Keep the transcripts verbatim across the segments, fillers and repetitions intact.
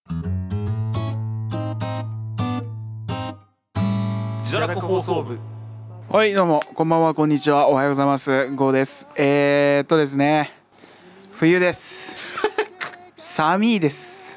自堕落放送部。 はい、どうもこんばんは、こんにちは、おはようございます。ゴーです。えーっとですね冬です寒いです。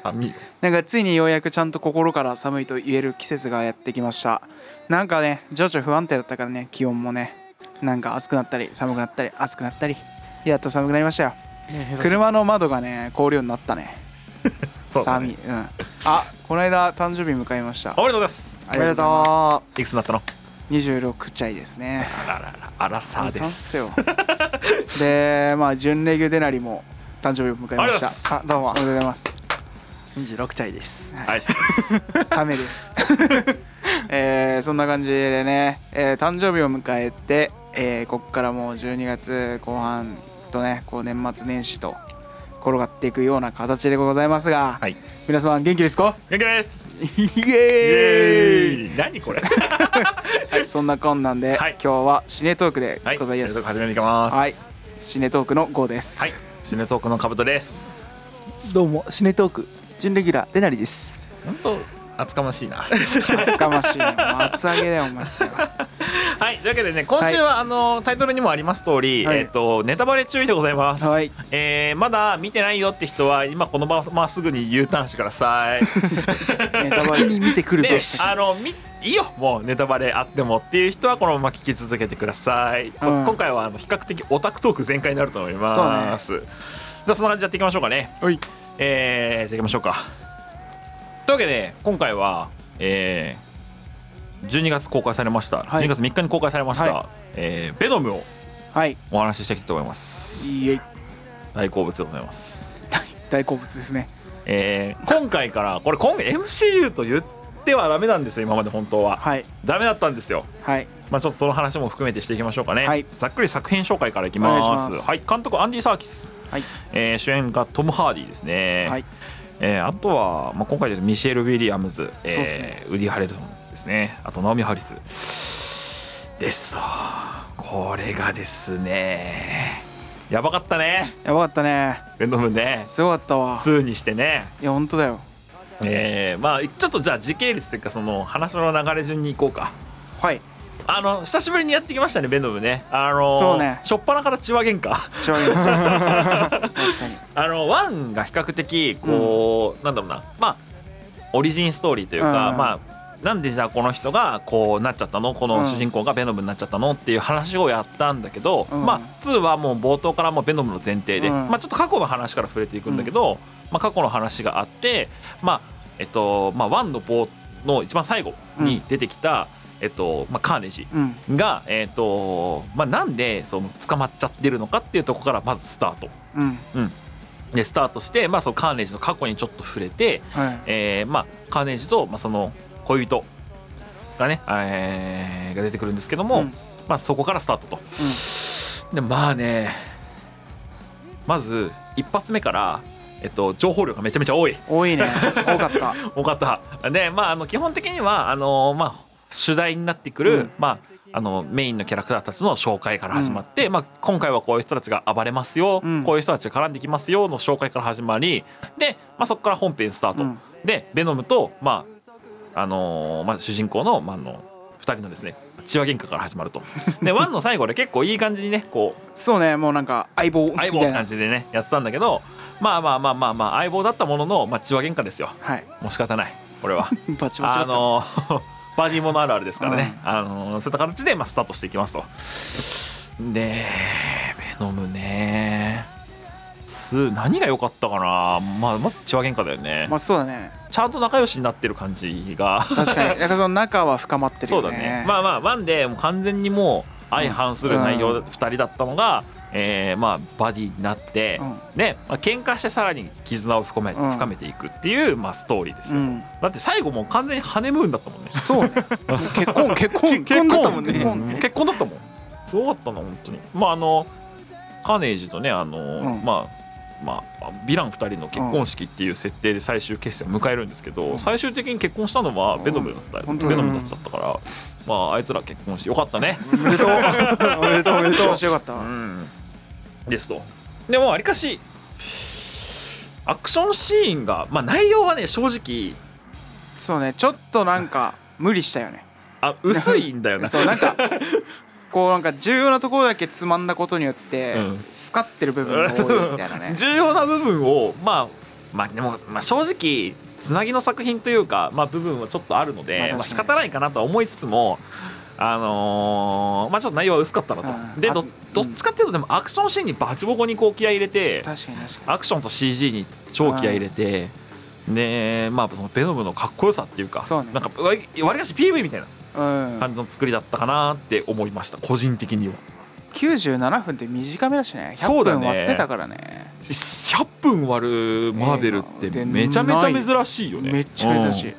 寒い。 なんかついにようやくちゃんと心から寒いと言える季節がやってきました。なんかね、情緒不安定だったからね、気温もね、なんか暑くなったり寒くなったり暑くなったり、やっと寒くなりましたよ、ね、車の窓がね凍るようになったねそうだね。 寒い、うん。あ、この間誕生日迎えました。 おめでとうございます。 ありがとうございまいくつになったの？ にじゅうろく歳ですね。 あららら、あらさです。 よで、まあ準レギュデナリも誕生日を迎えました。 あ、どうもおめでとうございます。 にじゅうろく歳です。 はい。 ためですえー、そんな感じでね、えー、誕生日を迎えて、えー、ここからもうじゅうにがつこう半とね、こう年末年始と転がっていくような形でございますが、 はい、 皆様元気ですか？ 元気です。 イエーイ。 何これはい、そんなこんなんで、はい、今日はシネトークでございます。 はい、シネトーク始めていきます。 はい、シネトークのゴーです。 はい、シネトークのカブトです。 どうもシネトーク準レギュラーデナリです。 本当厚かましいな。 厚かましいな。厚揚げだよお前それは。 はい、というわけでね、今週は、はい、あのタイトルにもあります通り、はい、えっとネタバレ注意でございます。はい、えー、まだ見てないよって人は今このまますぐに U ターンしてください。 ネタバレに見てくるぞ。 あのみいいよ、もうネタバレあってもっていう人はこのまま聞き続けてください。うん、今回はあの比較的オタクトーク全開になると思います。そうね。じゃあそんな感じでやっていきましょうかね。はい。えー、じゃあいきましょうか。というわけで今回は、えー、じゅうにがつ公開されました、はい、じゅうにがつみっかに公開されました、はい、えー、ベノムをお話ししていきたいと思います。はい、大好物でございます。 大好物ですね。 えー、今回からこれ今回 エムシーユー と言ってはダメなんですよ、今まで本当は、はい、ダメだったんですよ。はい、まあ、ちょっとその話も含めてしていきましょうかね。はい、ざっくり作品紹介からいきます。ますはい、監督アンディ・サーキス、はい、えー、主演がトム・ハーディですね。はい、えー、あとは、まあ、今回でミシェル・ウィリアムズ、えーね、ウディ・ハレルソンですね。あとナオミ・ハリスですと。これがですね、やばかったね。 やばかったね。 ベノムね、 すごかったわ。 ツーにしてね。 いや本当だよ。 えー、まあちょっとじゃあ時系列というかその話の流れ順にいこうか。はい。あの久しぶりにやってきましたね、ベノムね。あのー、そうね。初っ端から血は喧嘩。血は喧嘩。確かに。あのワンが比較的こう、うん、なんだろうな、まあオリジンストーリーというか、うん、まあなんでじゃあこの人がこうなっちゃったの、この主人公がベノムになっちゃったのっていう話をやったんだけど、うん、まあツーはもう冒頭からもうベノムの前提で、うん、まあちょっと過去の話から触れていくんだけど、うん、まあ過去の話があって、まあえっとまあワンの冒の一番最後に出てきた、うん、えっとまあ、カーネージが、うん、えっとまあ、なんでその捕まっちゃってるのかっていうところからまずスタート、うんうん、でスタートして、まあ、そのカーネージの過去にちょっと触れて、はい、えーまあ、カーネージと、まあ、その恋人がね、えー、が出てくるんですけども、うん、まあ、そこからスタートと、うん、でまあね、まず一発目からえっと、情報量がめちゃめちゃ多い多いね。多かった多かったで、まあ、あの基本的にはあの、まあ、主題になってくる、うん、まあ、あのメインのキャラクターたちの紹介から始まって、うん、まあ、今回はこういう人たちが暴れますよ、うん、こういう人たちが絡んできますよの紹介から始まりで、まあ、そこから本編スタート、うん、でベノムと、まああのーまあ、主人公の、まあ、あのふたりのですね血は喧嘩から始まると。でワンの最後で結構いい感じにねこうそうね、もうなんか相棒みたいな相棒って感じでねやってたんだけど、まあまあまあまあまあ相棒だったものの、まあ、血は喧嘩ですよ、はい、もう仕方ないこれはバチバチだった。 あのバディモノあるあるですからね、うん、あのそういった形で、まあ、スタートしていきますと。でベノムね、何が良かったかな、まあ、まず血は喧嘩だよね。 まあそうだね、 ちゃんと仲良しになってる感じが確かになんかその仲は深まってるよね。 そうだね、まあまあワンでもう完全にもう相反する内容ふたりだったのが、うん、えー、まあバディになって、うん、で、まあ、喧嘩してさらに絆を深め、うん、深めていくっていう、まあ、ストーリーですよ、うん、だって最後もう完全にハネムーンだったもんね。 そうね結婚結婚結婚だったもんね。 結婚、結婚だったもん。すごかったな本当に。まああのカーネージとね、あの、うん、まあまあ、ヴィランふたりの結婚式っていう設定で最終決戦を迎えるんですけど、うん、最終的に結婚したのはベノムだった、うん、ベノムだっちゃったから、まあ、あいつら結婚してよかったね。 おめでとうおめでとうおめでとう。よかった、 うん、ですと。でもわりかしアクションシーンが、まあ、内容はね正直そうねちょっとなんか無理したよね。 あ薄いんだよねそうなんかこうなんか重要なところだけつまんだことによって、うん、スカってる部分が多いみたいなね重要な部分をまあまあでも、まあ、正直つなぎの作品というか、まあ、部分はちょっとあるので、まあ、まあ仕方ないかなとは思いつつもあのー、まあちょっと内容は薄かったなと、うん、で ど, どっちかっていうとでもアクションシーンにバチボコにこう気合い入れて確かに確かにアクションと シージー に超気合い入れて、うん、でまあそのベノムのかっこよさっていうかそう、ね、 なんかわりかし ピーブイ みたいな感じの作りだったかなって思いました個人的には。 きゅうじゅうななふんって短めだしねひゃっぷん割ってたからね。 ひゃっぷん割るマーベルってめちゃめちゃ珍しいよね。 めっちゃ珍しい、うん、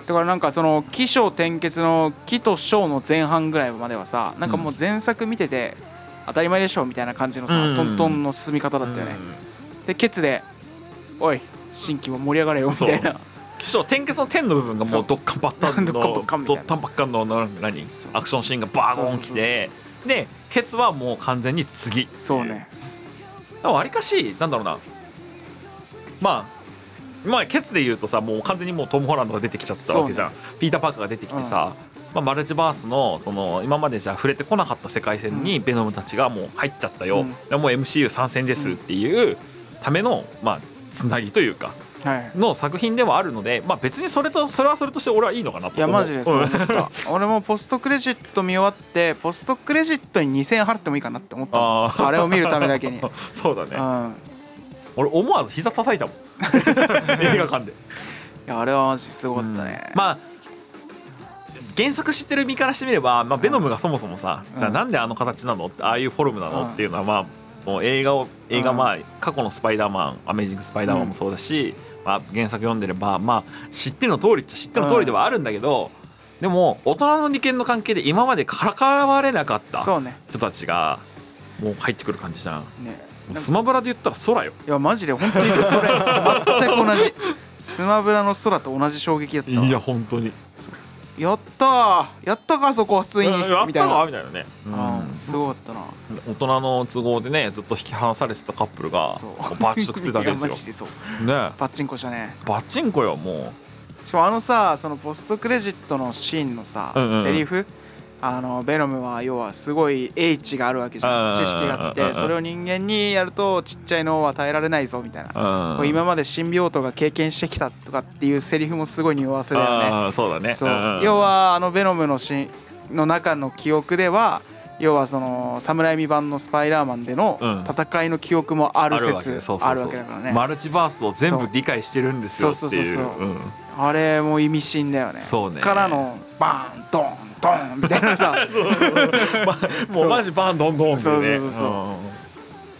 だからなんかその起承転結の起と承の前半ぐらいまではさなんかもう前作見てて当たり前でしょみたいな感じのさ、うん、トントンの進み方だったよね、うん、でケツでおい新規も盛り上がれよみたいな起承転結の点の部分がもうドッカンバッタンのドッタンバッカンの何アクションシーンがバーゴン来てでケツはもう完全に次そうねわりかしなんだろうなまあまあケツで言うとさもう完全にもうトム・ホランドが出てきちゃったわけじゃん、ね、ピーター・パーカーが出てきてさ、うんまあ、マルチバース の, その今までじゃ触れてこなかった世界線にベノムたちがもう入っちゃったよ、うん、もう エムシーユー 参戦ですっていうためのまあつなぎというかの作品ではあるので、まあ、別にそれとそれはそれとして俺はいいのかなと思う。 いやマジでそう思った俺もポストクレジット見終わってポストクレジットににせんえん払ってもいいかなって思った あ, あれを見るためだけにそうだね、うん、俺思わず膝叩いたもん映画館で。いやあれはマジすごかったね、 うん、まあ原作知ってる身からしてみれば、まあ、ベノムがそもそもさ、うん、じゃあなんであの形なのってああいうフォルムなの、うん、っていうのはまあもう映画を映画まあ過去のスパイダーマンアメージングスパイダーマンもそうだし、うんまあ、原作読んでればまあ知っての通りっちゃ知っての通りではあるんだけど、うん、でも大人の利権の関係で今まで関われなかった人たちがもう入ってくる感じじゃん、ね、スマブラで言ったら空よ。 いやマジで本当にそれ全く同じスマブラの空と同じ衝撃だった。 いや本当にやったーやったかそこついに、うん、 やったかみたいなね、 うん、すごかったな。 大人の都合でねずっと引き離されてたカップルがバチッとくっついたわけですよ。 いやマジでそう、 ね、 バッチンコしたね。 バッチンコよもう。しかもあのさそのポストクレジットのシーンのさ、うんうん、セリフあのベノムは要はすごい英知があるわけじゃん。知識があってそれを人間にやるとちっちゃいのは耐えられないぞみたいな、これ今までシンビオートが経験してきたとかっていうセリフもすごい匂わせだよね。 あそうだね。 そう要はあのベノムのシの中の記憶では要はそのサムライミ版のスパイダーマンでの戦いの記憶もある説あるわけだからね。 マルチバースを全部理解してるんですよっていう。 あれも意味深だよね。 そうね。 からのバーンドンドンみたいなさもうマジバンドンドンってね。 そうそうそうそう。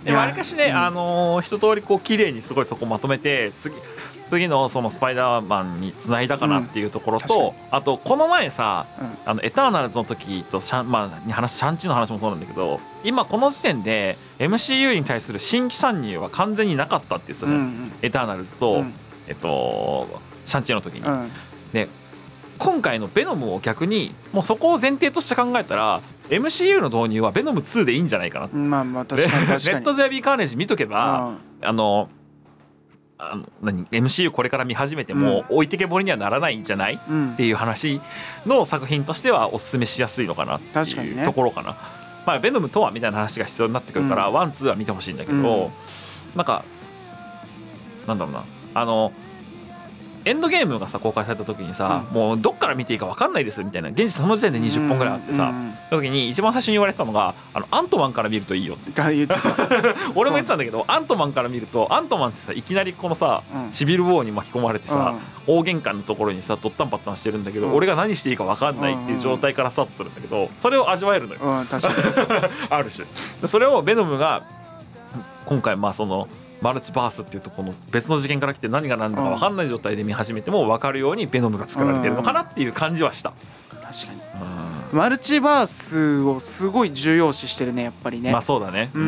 でもあれかしね、うん、あのー、一通りこう綺麗にすごいそこまとめて次次のそのスパイダーマンに繋いだかなっていうところと、うん、あとこの前さ、うん、あのエターナルズの時とシャン、まあ、に話シャンチーの話もそうなんだけど今この時点で エムシーユー に対する新規参入は完全になかったって言ってたじゃん、うんうん、エターナルズと、うん、えっとシャンチーの時に、うん、で今回のベノムを逆にもうそこを前提として考えたら エムシーユー の導入はベノムツーでいいんじゃないかな。 まあまあ確かに確かに。 レッド・ゼア・ビー・カーネージ見とけば、うん、あのあの何 エムシーユー これから見始めても置いてけぼりにはならないんじゃない、うん、っていう話の作品としてはおすすめしやすいのかなっていうところかな、ね。まあベノムとはみたいな話が必要になってくるから、うん、ワンツーは見てほしいんだけど、うん、なんかなんだろうなあのエンドゲームがさ公開された時にさ、うん、もうどっから見ていいか分かんないですみたいな現実その時点でにじゅっぽんぐらいあってさ、うんうん、その時に一番最初に言われてたのがあのアントマンから見るといいよって言ってた俺も言ってたんだけどアントマンから見るとアントマンってさいきなりこのさ、うん、シビルウォーに巻き込まれてさ、うん、大喧嘩のところにさドッタンパッタンしてるんだけど、うん、俺が何していいか分かんないっていう状態からスタートするんだけどそれを味わえるのよ、 うん、確かにある種それをベノムが今回まあそのマルチバースっていうとこの別の事件から来て何が何だか分かんない状態で見始めても分かるようにベノムが作られてるのかなっていう感じはした。 確かにマルチバースをすごい重要視してるねやっぱりね。 まあそうだね。 うん。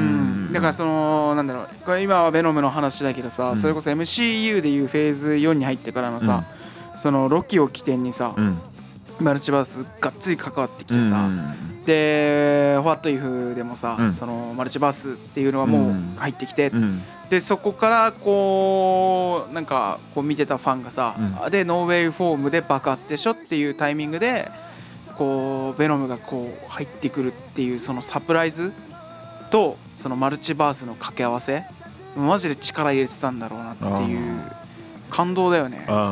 だからそのなんだろうこれ今はベノムの話だけどさ、うん、それこそ エムシーユー でいうフェーズよんに入ってからのさ、うん、そのロキを起点にさ、うん、マルチバースがっつり関わってきてさ、うん、で「What If」でもさ、うん、そのマルチバースっていうのはもう入ってきて、うん、 でそこからこうなんかこう見てたファンがさ、うん、でノーウェイフォームで爆発でしょっていうタイミングでこうベノムがこう入ってくるっていうそのサプライズとそのマルチバースの掛け合わせマジで力入れてたんだろうなっていう感動だよね。うん、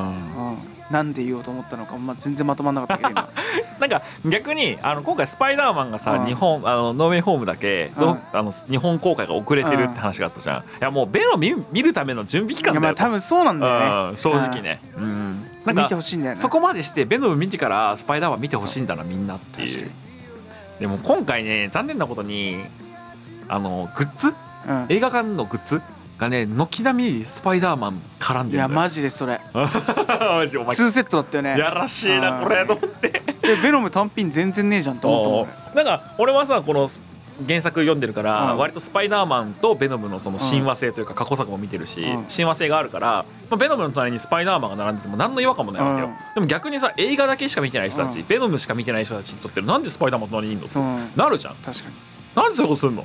なんで言おうと思ったのか、まあ、全然まとまんなかったけど今なんか逆にあの今回スパイダーマンがさ、うん、日本あのノーウェイホームだけ、うん、あの日本公開が遅れてるって話があったじゃん、うん、いやもうベノム 見, 見るための準備期間だよ。いやまあ多分そうなんだよね、 うん、正直ね、うん、なんか見てほしいんだよね。 そこまでしてベノム見てからスパイダーマン見てほしいんだなみんなっていう。でも今回ね残念なことにあのグッズ、うん、映画館のグッズがね軒並みスパイダーマン絡んでるんだよ。 いやマジでそれマジお前ツーセットだったよね。 やらしいなこれと思ってでベノム単品全然ねえじゃんと思ったもん。 なんか俺はさこの原作読んでるから割とスパイダーマンとベノムのその親和性というか過去作も見てるし親和性があるから、まあ、ベノムの隣にスパイダーマンが並んでても何の違和感もないわけよ。でも逆にさ映画だけしか見てない人たちベノムしか見てない人たちにとってなんでスパイダーマン隣にいんのってなるじゃん。 確かになんでそういうことすんの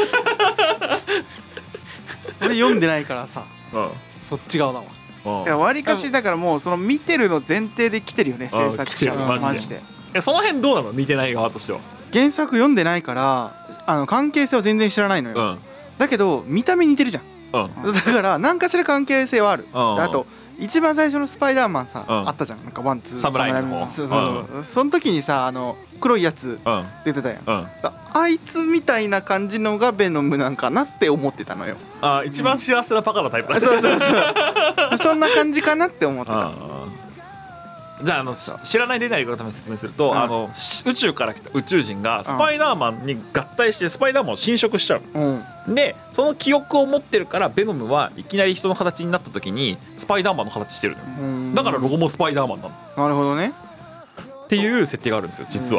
俺読んでないからさ、うん、そっち側だわ。わりかしだからもうその見てるの前提で来てるよね制作者はマジで。 えその辺どうなの見てない側としては。 原作読んでないからあの関係性は全然知らないのよ、うん、だけど見た目似てるじゃん、うん、だから何かしら関係性はある、うん、あと一番最初のスパイダーマンさ、うん、あったじゃんなんかワンツーサムライの方そうそうそう、うん、その時にさあの黒いやつ出てたやん、うん、あいつみたいな感じのがベノムなんかなって思ってたのよ。 あ一番幸せなバカなタイプだ、 うん、そうそうそうそんな感じかなって思ってた。 じゃあ、あの知らないデナリのために説明すると、うん、あの宇宙から来た宇宙人がスパイダーマンに合体してスパイダーマンを侵食しちゃう、うん、でその記憶を持ってるからベノムはいきなり人の形になった時にスパイダーマンの形してるのよ。だからロゴもスパイダーマンなの。 なるほどねっていう設定があるんですよ実は。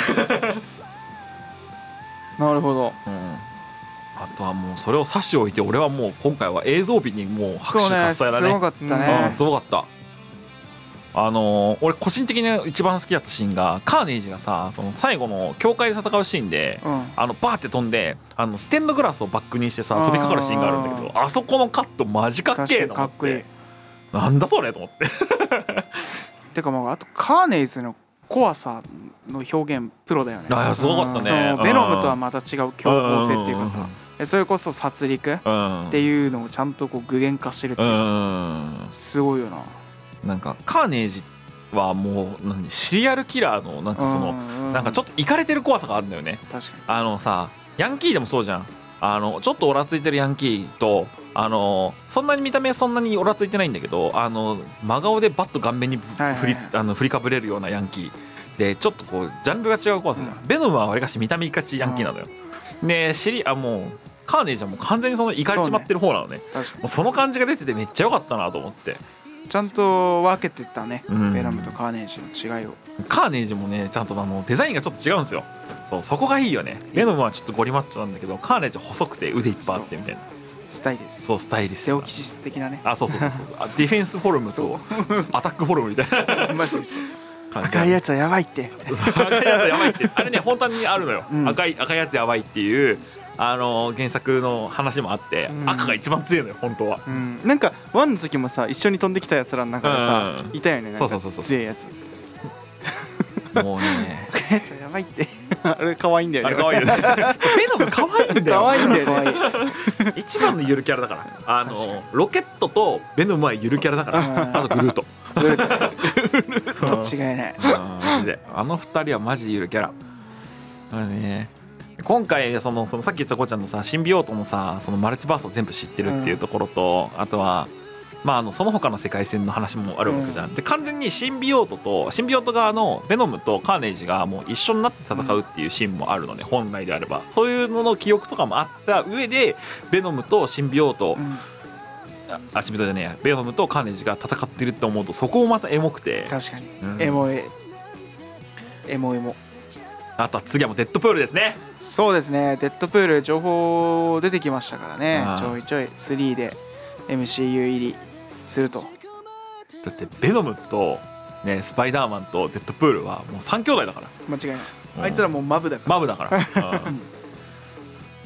なるほど、 うん、あとはもうそれを差し置いて俺はもう今回は映像美にもう拍手喝采だね。 すごかったね、 うん、すごかった。あのー、俺個人的に一番好きだったシーンがカーネイジがさその最後の教会で戦うシーンで、うん、あのバーって飛んであのステンドグラスをバックにしてさ飛びかかるシーンがあるんだけど あ, あそこのカットマジかっけえなと思ってなんだそれと思っててかもうあとカーネイズの怖さの表現プロだよね。 あすごかったね。 ベノムとはまた違う凶暴性っていうかさそれこそ殺戮っていうのをちゃんとこう具現化してるっていうかさすごいよな。 なんかカーネージはもう何シリアルキラーのなんかそのなんかちょっとイカれてる怖さがあるんだよね。 確かにあのさヤンキーでもそうじゃん。あのちょっとオラついてるヤンキーとあのそんなに見た目そんなにオラついてないんだけどあの真顔でバッと顔面に振り、あの振りかぶれるようなヤンキーでちょっとこうジャンルが違う怖さじゃん、うん、ベノムはわりかし見た目いかちヤンキーなのよ、うん、でシリあもうカーネージはもう完全にそのイカれちまってる方なのね。そ, ねもうその感じが出ててめっちゃ良かったなと思ってちゃんと分けてたね、うん、ベノムとカーネージの違いを。 カーネージもねちゃんとあのデザインがちょっと違うんですよ。 そう、そこがいいよね。ベノムはちょっとゴリマッチョなんだけどカーネージ細くて腕いっぱいあってみたいなスタイリスそうスタイリスデオキシス的なね。 あそうそうそうそうディフェンスフォルムとアタックフォルムみたいなマジです赤いやつはやばいって赤いやつはやばいってあれね本当にあるのよ、うん、赤い赤いやつやばいっていうあの原作の話もあって、うん、赤が一番強いのよ本当は、 うん、なんかワンの時もさ一緒に飛んできたやつらの中でさ、うん、いたよねなんか強いやつもうね赤いやつはやばいってあれ可愛いんだよね。 あれ可愛いよねベノム可愛いんだよ。 可愛いんだよね一番のゆるキャラだからあのロケットとベノムはゆるキャラだからあとグルートグルート間違いないマジであの二人はマジでゆるキャラあれね。今回そのそのさっき言ってたこうちゃんのさシンビオートのさそのマルチバースを全部知ってるっていうところと、うん、あとはまああのその他の世界線の話もあるわけじゃん、うん、で完全にシンビオートとシンビオート側のベノムとカーネージがもう一緒になって戦うっていうシーンもあるのね、うん、本来であればそういうのの記憶とかもあった上でベノムとシンビオート、うん、あシンビオートじゃねえベノムとカーネージが戦ってるって思うとそこもまたエモくて確かに、うん、エモエエモエモ。 あとは次はもうデッドプールですね。 そうですねデッドプール情報出てきましたからねちょいちょいスリーで エムシーユー 入りすると。 だってベノムと、ね、スパイダーマンとデッドプールはもうさん兄弟だから間違いない、うん、あいつらもうマブだからマブだから、うん、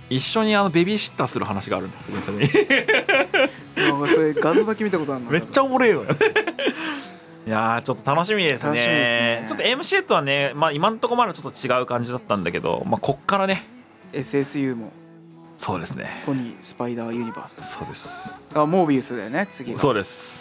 一緒にあのベビーシッターする話があるんだごめんなさいなんかそれ画像だけ見たことあるのめっちゃおもれえよいやーちょっと楽しみですね。 楽しみですね。 ちょっと エムシーエー とはね、まあ、今のところまだちょっと違う感じだったんだけど、まあ、こっからねエスエスユー もそうですねソニースパイダーユニバースそうですあモービウスだよね次がそうです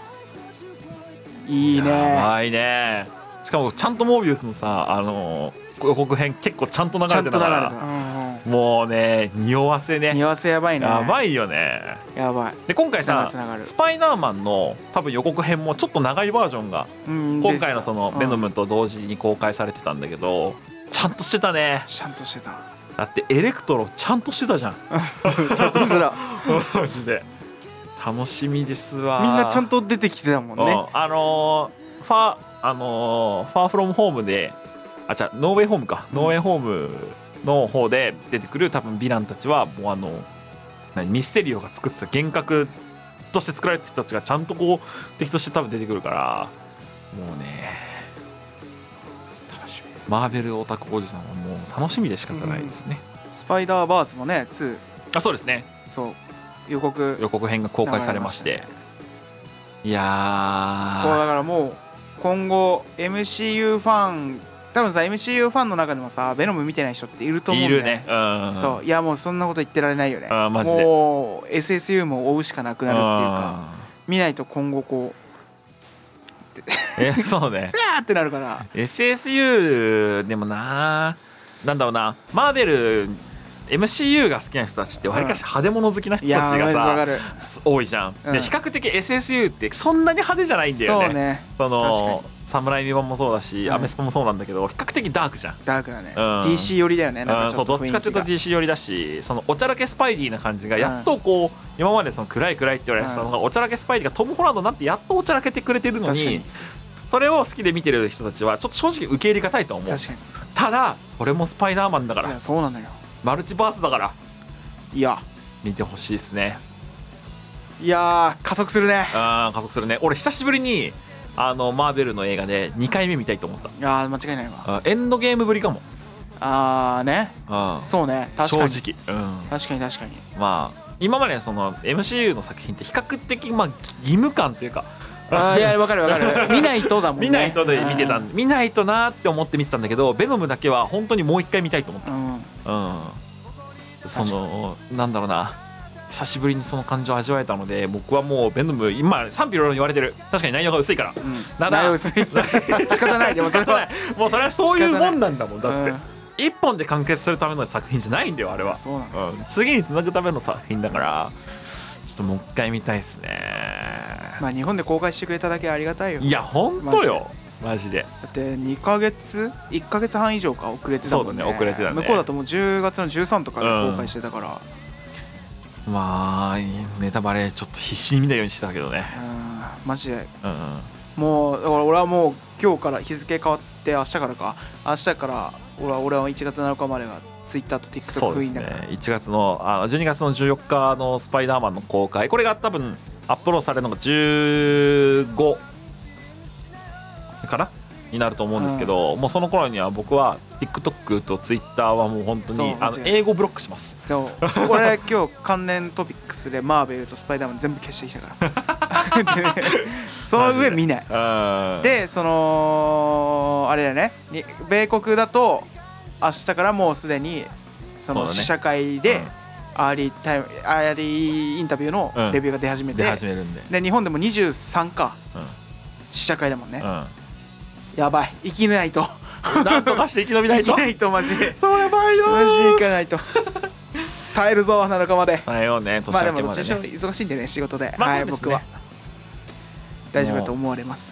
いいねやばいね。しかもちゃんとモービウスのさあのー、予告編結構ちゃんと流れてたからもうね匂わせね匂わせやばいねやばいよねやばいで今回さスパイダーマンの多分予告編もちょっと長いバージョンが今回のそのベノムと同時に公開されてたんだけどちゃんとしてたね。 ちゃんとしてただってエレクトロちゃんとしてたじゃんちゃんとしてたマジで楽しみですわ。 みんなちゃんと出てきてたもんね、うん、 あのー、ファーあのー、ファーフロムホームであじゃノーウェイホームか、うん、ノーウェイホームの方で出てくる多分ヴィランたちはもうあの何ミステリオが作ってた幻覚として作られた人たちがちゃんとこう敵として多分出てくるからもうね楽しみ。マーベルオタクおじさんはもう楽しみで仕方ないですね、 うん、スパイダーバースもねツーあそうですねそう予告予告編が公開されまして、ね、いやーこうだからもう今後 エムシーユー ファン多分さ エムシーユー ファンの中でもさベノム見てない人っていると思うんだよね。 いるね、うん、 そういやもうそんなこと言ってられないよね。 あマジでもう エスエスユー も追うしかなくなるっていうか見ないと今後こうえそうねうわーってなるからエスエスユー でもななんだろうなマーベル エムシーユー が好きな人たちってわりかし派手物好きな人たちがさ多いじゃん、うん、で比較的 エスエスユー ってそんなに派手じゃないんだよね。 そうねその侍未版もそうだし、うん、アメスパもそうなんだけど比較的ダークじゃん。 ダークだね、うん、ディーシー 寄りだよね。なんかちょっとそうどっちかっていうと ディーシー 寄りだしそのおちゃらけスパイディーな感じがやっとこう、うん、今までその暗い暗いって言われてたのが、うん、おちゃらけスパイディーがトム・ホランドになってやっとおちゃらけてくれてるのにそれを好きで見てる人たちはちょっと正直受け入れがたいと思う。 確かにただそれもスパイダーマンだから。 そうなのよマルチバースだからいや見てほしいですね。 いやー加速するね。 あ加速するね。俺久しぶりにあのマーベルの映画でにかいめ見たいと思った。 いや間違いないわ。 エンドゲームぶりかも。 あーね、うん、そうね確かに正直、うん、 確かに確かにまあ今までその エムシーユー の作品って比較的まあ義務感というかあいや分かる分かる見ないとだもんね。 見ないとで見てた見ないとなって思って見てたんだけどベノムだけは本当にもう一回見たいと思った、うんうん、そのなんだろうな久しぶりにその感情を味わえたので僕はもうベノム今賛否両論言われてる。確かに内容が薄いから、うん、 内容薄い仕方ないでもそれはもうそれはそういうもんなんだもんだって、うん、一本で完結するための作品じゃないんだよあれは。 そうなの、 うん、次につなぐための作品だからちょっともう一回見たいですね。 まあ日本で公開してくれただけありがたいよ。 いやほんとよマジで。 だってにかげついっかげつはん以上か遅れてたもんね。 そうだね遅れてたね。 向こうだともうじゅうがつのじゅうさんとかで公開してたから、 うん、まあネタバレちょっと必死に見ないようにしてたけどね。 うんマジで、うんうん、もうだから俺はもう今日から日付変わって明日からか明日から俺は俺はいちがつなのかまではツイッターと TikTok 封印だから。そうですねいちがつのあじゅうにがつのじゅうよっかのスパイダーマンの公開これが多分アップロードされるのがじゅうごかなになると思うんですけど、うん、もうその頃には僕は TikTok と Twitter はもう本当にあの英語ブロックします。そう俺今日関連トピックスでマーベルとスパイダーマン全部消してきたからその上見ないでそのあれだね米国だと明日からもうすでにその試写会でアーリータイムアーリーインタビューのレビューが出始めて、うん、出始めるんでで日本でもにじゅうさんか、うん、試写会だもんね、うん、やばい生きないとなんとかして生き延びないと生きないとマジでそうやばいよマジで生かないと耐えるぞなのかまで耐えようね年明けまでね。 まあでも自身忙しいんでね仕事で、 まあ、 はい僕は大丈夫だと思われます。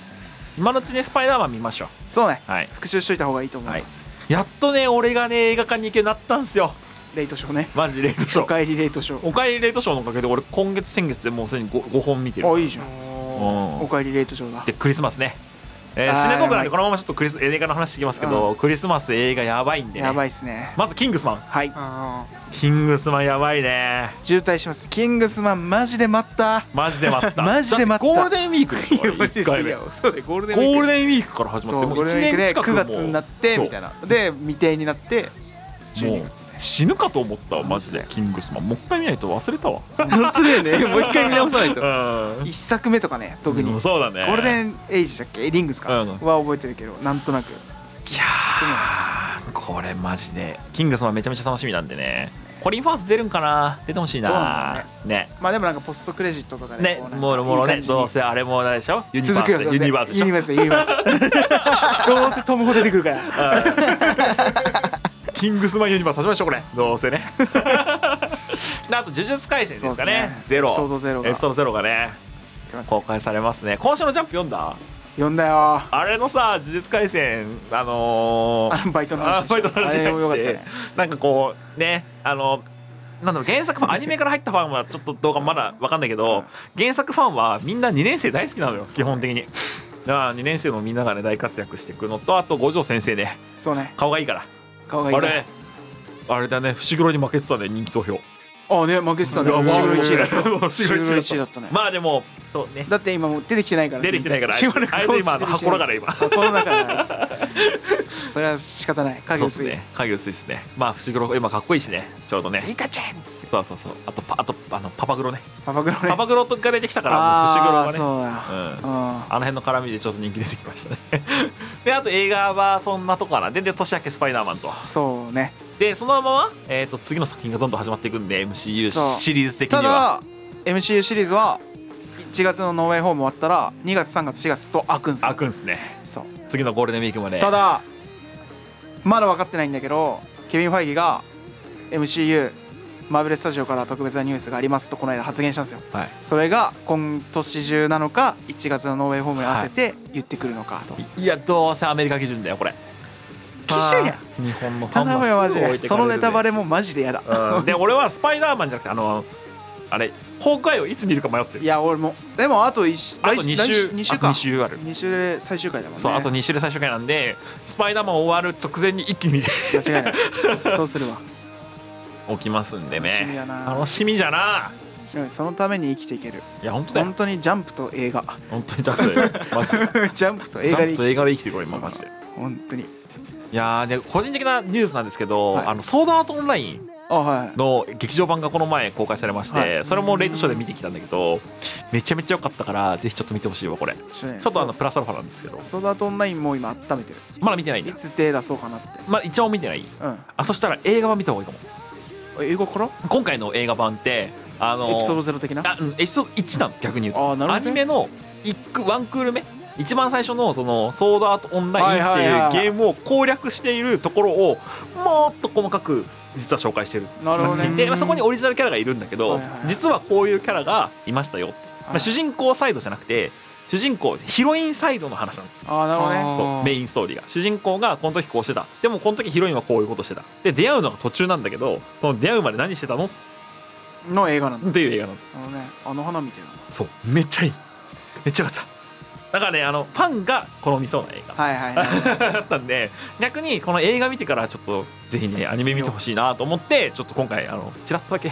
今のうちにスパイダーマン見ましょう。 そうね、はい、復習しといた方がいいと思います、はいやっとね俺がね映画館に行けるようになったんですよ。 レイトショーねマジレイトショーおかえりレイトショーおかえりレイトショーのおかげで俺今月先月でもうすでに 5, ごほん見てる。 あいいじゃん、うん、おかえりレイトショーだ。 でクリスマスね、えー、シネトークなんでこのままちょっとクリス映画の話してきますけど、うん、クリスマス映画やばいんでね。 やばいっすね。 まずキングスマン。 はいキングスマンやばいね。 渋滞します。キングスマンマジで待ったマジで待ったマジで待った。 ゴールデンウィークでいっかいめそうでゴールデンウィークゴールデンウィークから始まってもういちねん近くもくがつになってみたいなで未定になってもう死ぬかと思ったわマジで。キングスマンもう一回見ないと忘れたわ。 本当だよね、もう一回見直さないと。 一作目とかね、特に、 うん、そうだね。 ゴールデンエイジだっけ、リングスか、うん、は覚えてるけど、なんとなく。いやー、これマジでキングスマンめちゃめちゃ楽しみなんで ね, でねコリン・ファース出るんかな、出てほしいな。ね, ねまあでもなんかポストクレジットとかでね、もろもろね、どうせあれもないでしょ、ユニバースで、 ユニバースユニバースユニバースどうせトムホ出てくるからキングスマンユニバース始めましょうこれ、どうせねあと呪術廻戦ですかね、ゼロエピソードゼロがエピソードゼロがね公開されますね。今週のジャンプ読んだ読んだよ。 あれのさ、呪術廻戦、あのー、 あバイトの話、 バイトの話じゃなくて、ね、なんかこうね、あのなんだろう、原作ファン、アニメから入ったファンはちょっとどうかまだ分かんないけど、原作ファンはみんなにねん生大好きなのよ、基本的に。だからにねん生のみんながね大活躍していくのと、あと五条先生ね、 そうね、 顔がいいから、 顔がいいから、 あれあれだね、伏黒に負けてたね、人気投票。 ああね、負けてたね。伏黒いちいだった。 伏黒いちいだったね。 まあでもそうね、 だって今もう出てきてないから。 出てきてないから、あいつ今箱だから今。 箱の中だから。それは仕方ない。影薄いね。 影薄いですね。まあ伏黒今かっこいいしね、ちょうどね。 リカちゃんっつって。 そうそうそう。あとあとあのパパグロね。 パパグロね。 パパグロとか出てきたから伏黒がね。 そうだ。 うん。あの辺の絡みでちょっと人気出てきましたね。であと映画はそんなとこかな。でで年明けスパイダーマンと。 そうね。 でそのまま、えー、と次の作品がどんどん始まっていくんで エムシーユー シリーズ的には。 ただ エムシーユー シリーズはいちがつのノーウェイホーム終わったらにがつさんがつしがつと開くんすよ。 開くんすね。 そう、 次のゴールデンウィークまで。 ただまだ分かってないんだけど、ケビン・ファイギが エムシーユー マーベルスタジオから特別なニュースがありますとこの間発言したんですよ、はい、それが今年中なのかいちがつのノーウェイホームに合わせて言ってくるのかと、はい、 いやどうせアメリカ基準だよこれ。 基準や日本のファンも頼むよマジで。そのネタバレもマジでやだ、 うん、で俺はスパイダーマンじゃなくてあのあれホークアイをいつ見るか迷ってる。 いや俺もでもあといちあとに週に週かに週ある。 に週で最終回だもんね。 そうあとに週で最終回なんでスパイダーマン終わる直前に一気に見て間違いないそうするわ起きますんでね。 楽しみやな。 楽しみじゃな。 そのために生きていける。 いや本当だよ。 本当にジャンプと映画。 本当にジャンプと映画マジでジャンプと映画で生きていこう今マジで。 本当に。 いやで個人的なニュースなんですけど、はい、あのソードアートオンラインの劇場版がこの前公開されまして、はい、それもレイトショーで見てきたんだけどめちゃめちゃ良かったからぜひちょっと見てほしいわこれ。ちょっとあのプラスアルファなんですけど、 ソードアートオンラインも今温めてる。 まだ見てないんだ。 いつ手出そうかなって。 まあ一応見てない、うん、あそしたら映画版見た方がいいかも。 映画から今回の映画版ってあのエピソードゼロ的な。 あ、うん、エピソードいちなの逆に言うと。 あ、なるほどね、 アニメのいちワンクール目一番最初のそのソードアートオンラインっていうゲームを攻略しているところをもっと細かく実は紹介してる。 なるほどね。 で、まあ、そこにオリジナルキャラがいるんだけど、はいはいはい、実はこういうキャラがいましたよ、はい、まあ、主人公サイドじゃなくて主人公ヒロインサイドの話なの。 あ、なるほどね。 そうメインストーリーが主人公がこの時こうしてた、でもこの時ヒロインはこういうことしてたで出会うのが途中なんだけどその出会うまで何してたのの映画なんだっていう映画なの。 あのね、あの花見てるの。 そうめっちゃいい、めっちゃよかった。だからね、あのファンが好みそうな映画はいはい、はい、 だったんで逆にこの映画見てからちょっとぜひねアニメ見てほしいなと思ってちょっと今回あのチラッとだけ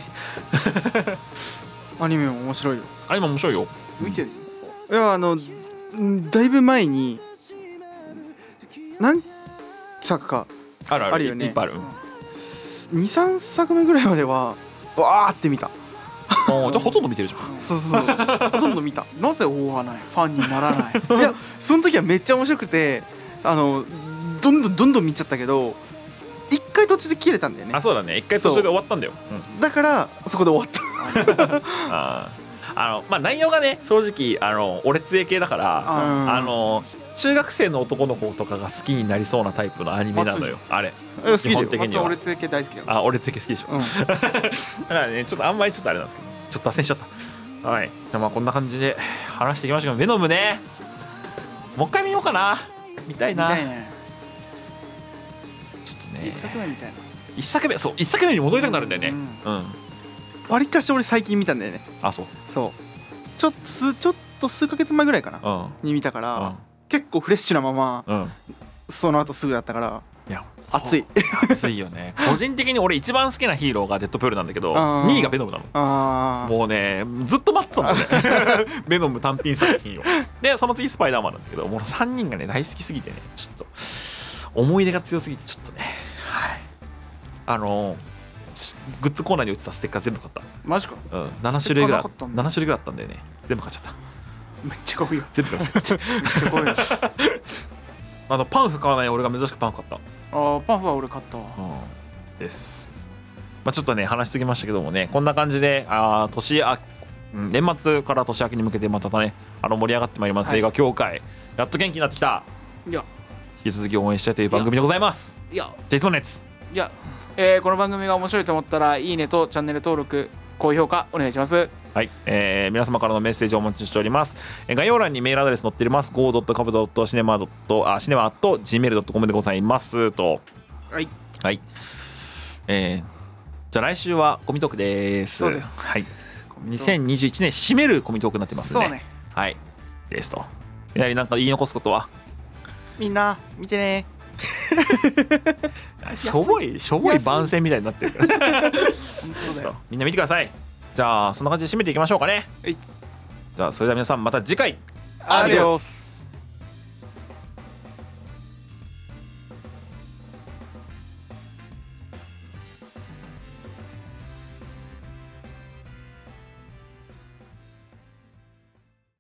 アニメも面白いよ。 アニメも面白いよ。 見てる？ いやあのだいぶ前に何作かあるある、 あるよね。 いっぱいある。 にさんさくめぐらいまではわーって見た。 じゃあほとんど見てるじゃん。 そうそうほとんど見た。 なぜ追わない、ファンにならないいやその時はめっちゃ面白くてあのどんどんどんどん見ちゃったけど一回途中で切れたんだよね。 あ、そうだね、一回途中で終わったんだよ、 うん、だからそこで終わったああの、まあ、内容がね正直あの俺つえ系だから、うん、あの中学生の男の子とかが好きになりそうなタイプのアニメなのよあれ。 基本的には俺つえ系大好きだよ。 あ、俺つえ系好きでしょ、うん、だからねちょっとあんまりちょっとあれなんですけどちょっと脱線しちゃった。はい、じゃあまあこんな感じで話していきましたけど、ベノムねもう一回見ようかな。見たいな。 見たいね。 ちょっとね一作目みたいな。 一作目、そう一作目に戻りたくなるんだよね。うん、うん、 わりかし俺最近見たんだよね。 あ、そうそうちょっと数ちょっと数ヶ月前ぐらいかな、うん、に見たから、うん、結構フレッシュなまま、うん、その後すぐだったからいや熱い熱いよね個人的に俺一番好きなヒーローがデッドプールなんだけどにいがベノムなの。あもうねずっと待ってたもんねベノム単品作品を。でその次スパイダーマンなんだけどもうさんにんがね大好きすぎてねちょっと思い出が強すぎてちょっとね、はい、 あのグッズコーナーに売ってたステッカー全部買った。 マジか。 うん、なな種類ぐらいなな種類ぐらいあったんだよね。全部買っちゃった。 めっちゃ買うよ。 全部買っちゃった。めっちゃ買うよ。あのパンフ買わない俺が珍しくパンフ買った。 ああパンフは俺買ったわ。 うん、です。まあちょっとね話しすぎましたけどもね、こんな感じであ年あ年末から年明けに向けてまたねあの盛り上がってまいります、はい、映画協会やっと元気になってきた。 いや引き続き応援したいという番組でございます。 いやじゃあいつものやつ。 いや、えー、この番組が面白いと思ったらいいねとチャンネル登録高評価お願いします。 はい、えー、皆様からのメッセージをお待ちしております。えー、概要欄にメールアドレス載っております。ゴードットカブドットシネマドットあシネマと ジーメールドットコム でございますと。 はいはい。えー、じゃあ来週はコミトークです。 そうです。 はい。にせんにじゅういちねん締めるコミトークになってますね。 そうね。 はい。ですと。やはりなんか言い残すことは。 みんな見てね。 しょぼいしょぼい番宣みたいになってるから。本当だよ。みんな見てください。じゃあそんな感じで締めていきましょうかね。はい。じゃあそれでは皆さんまた次回。 アディオス。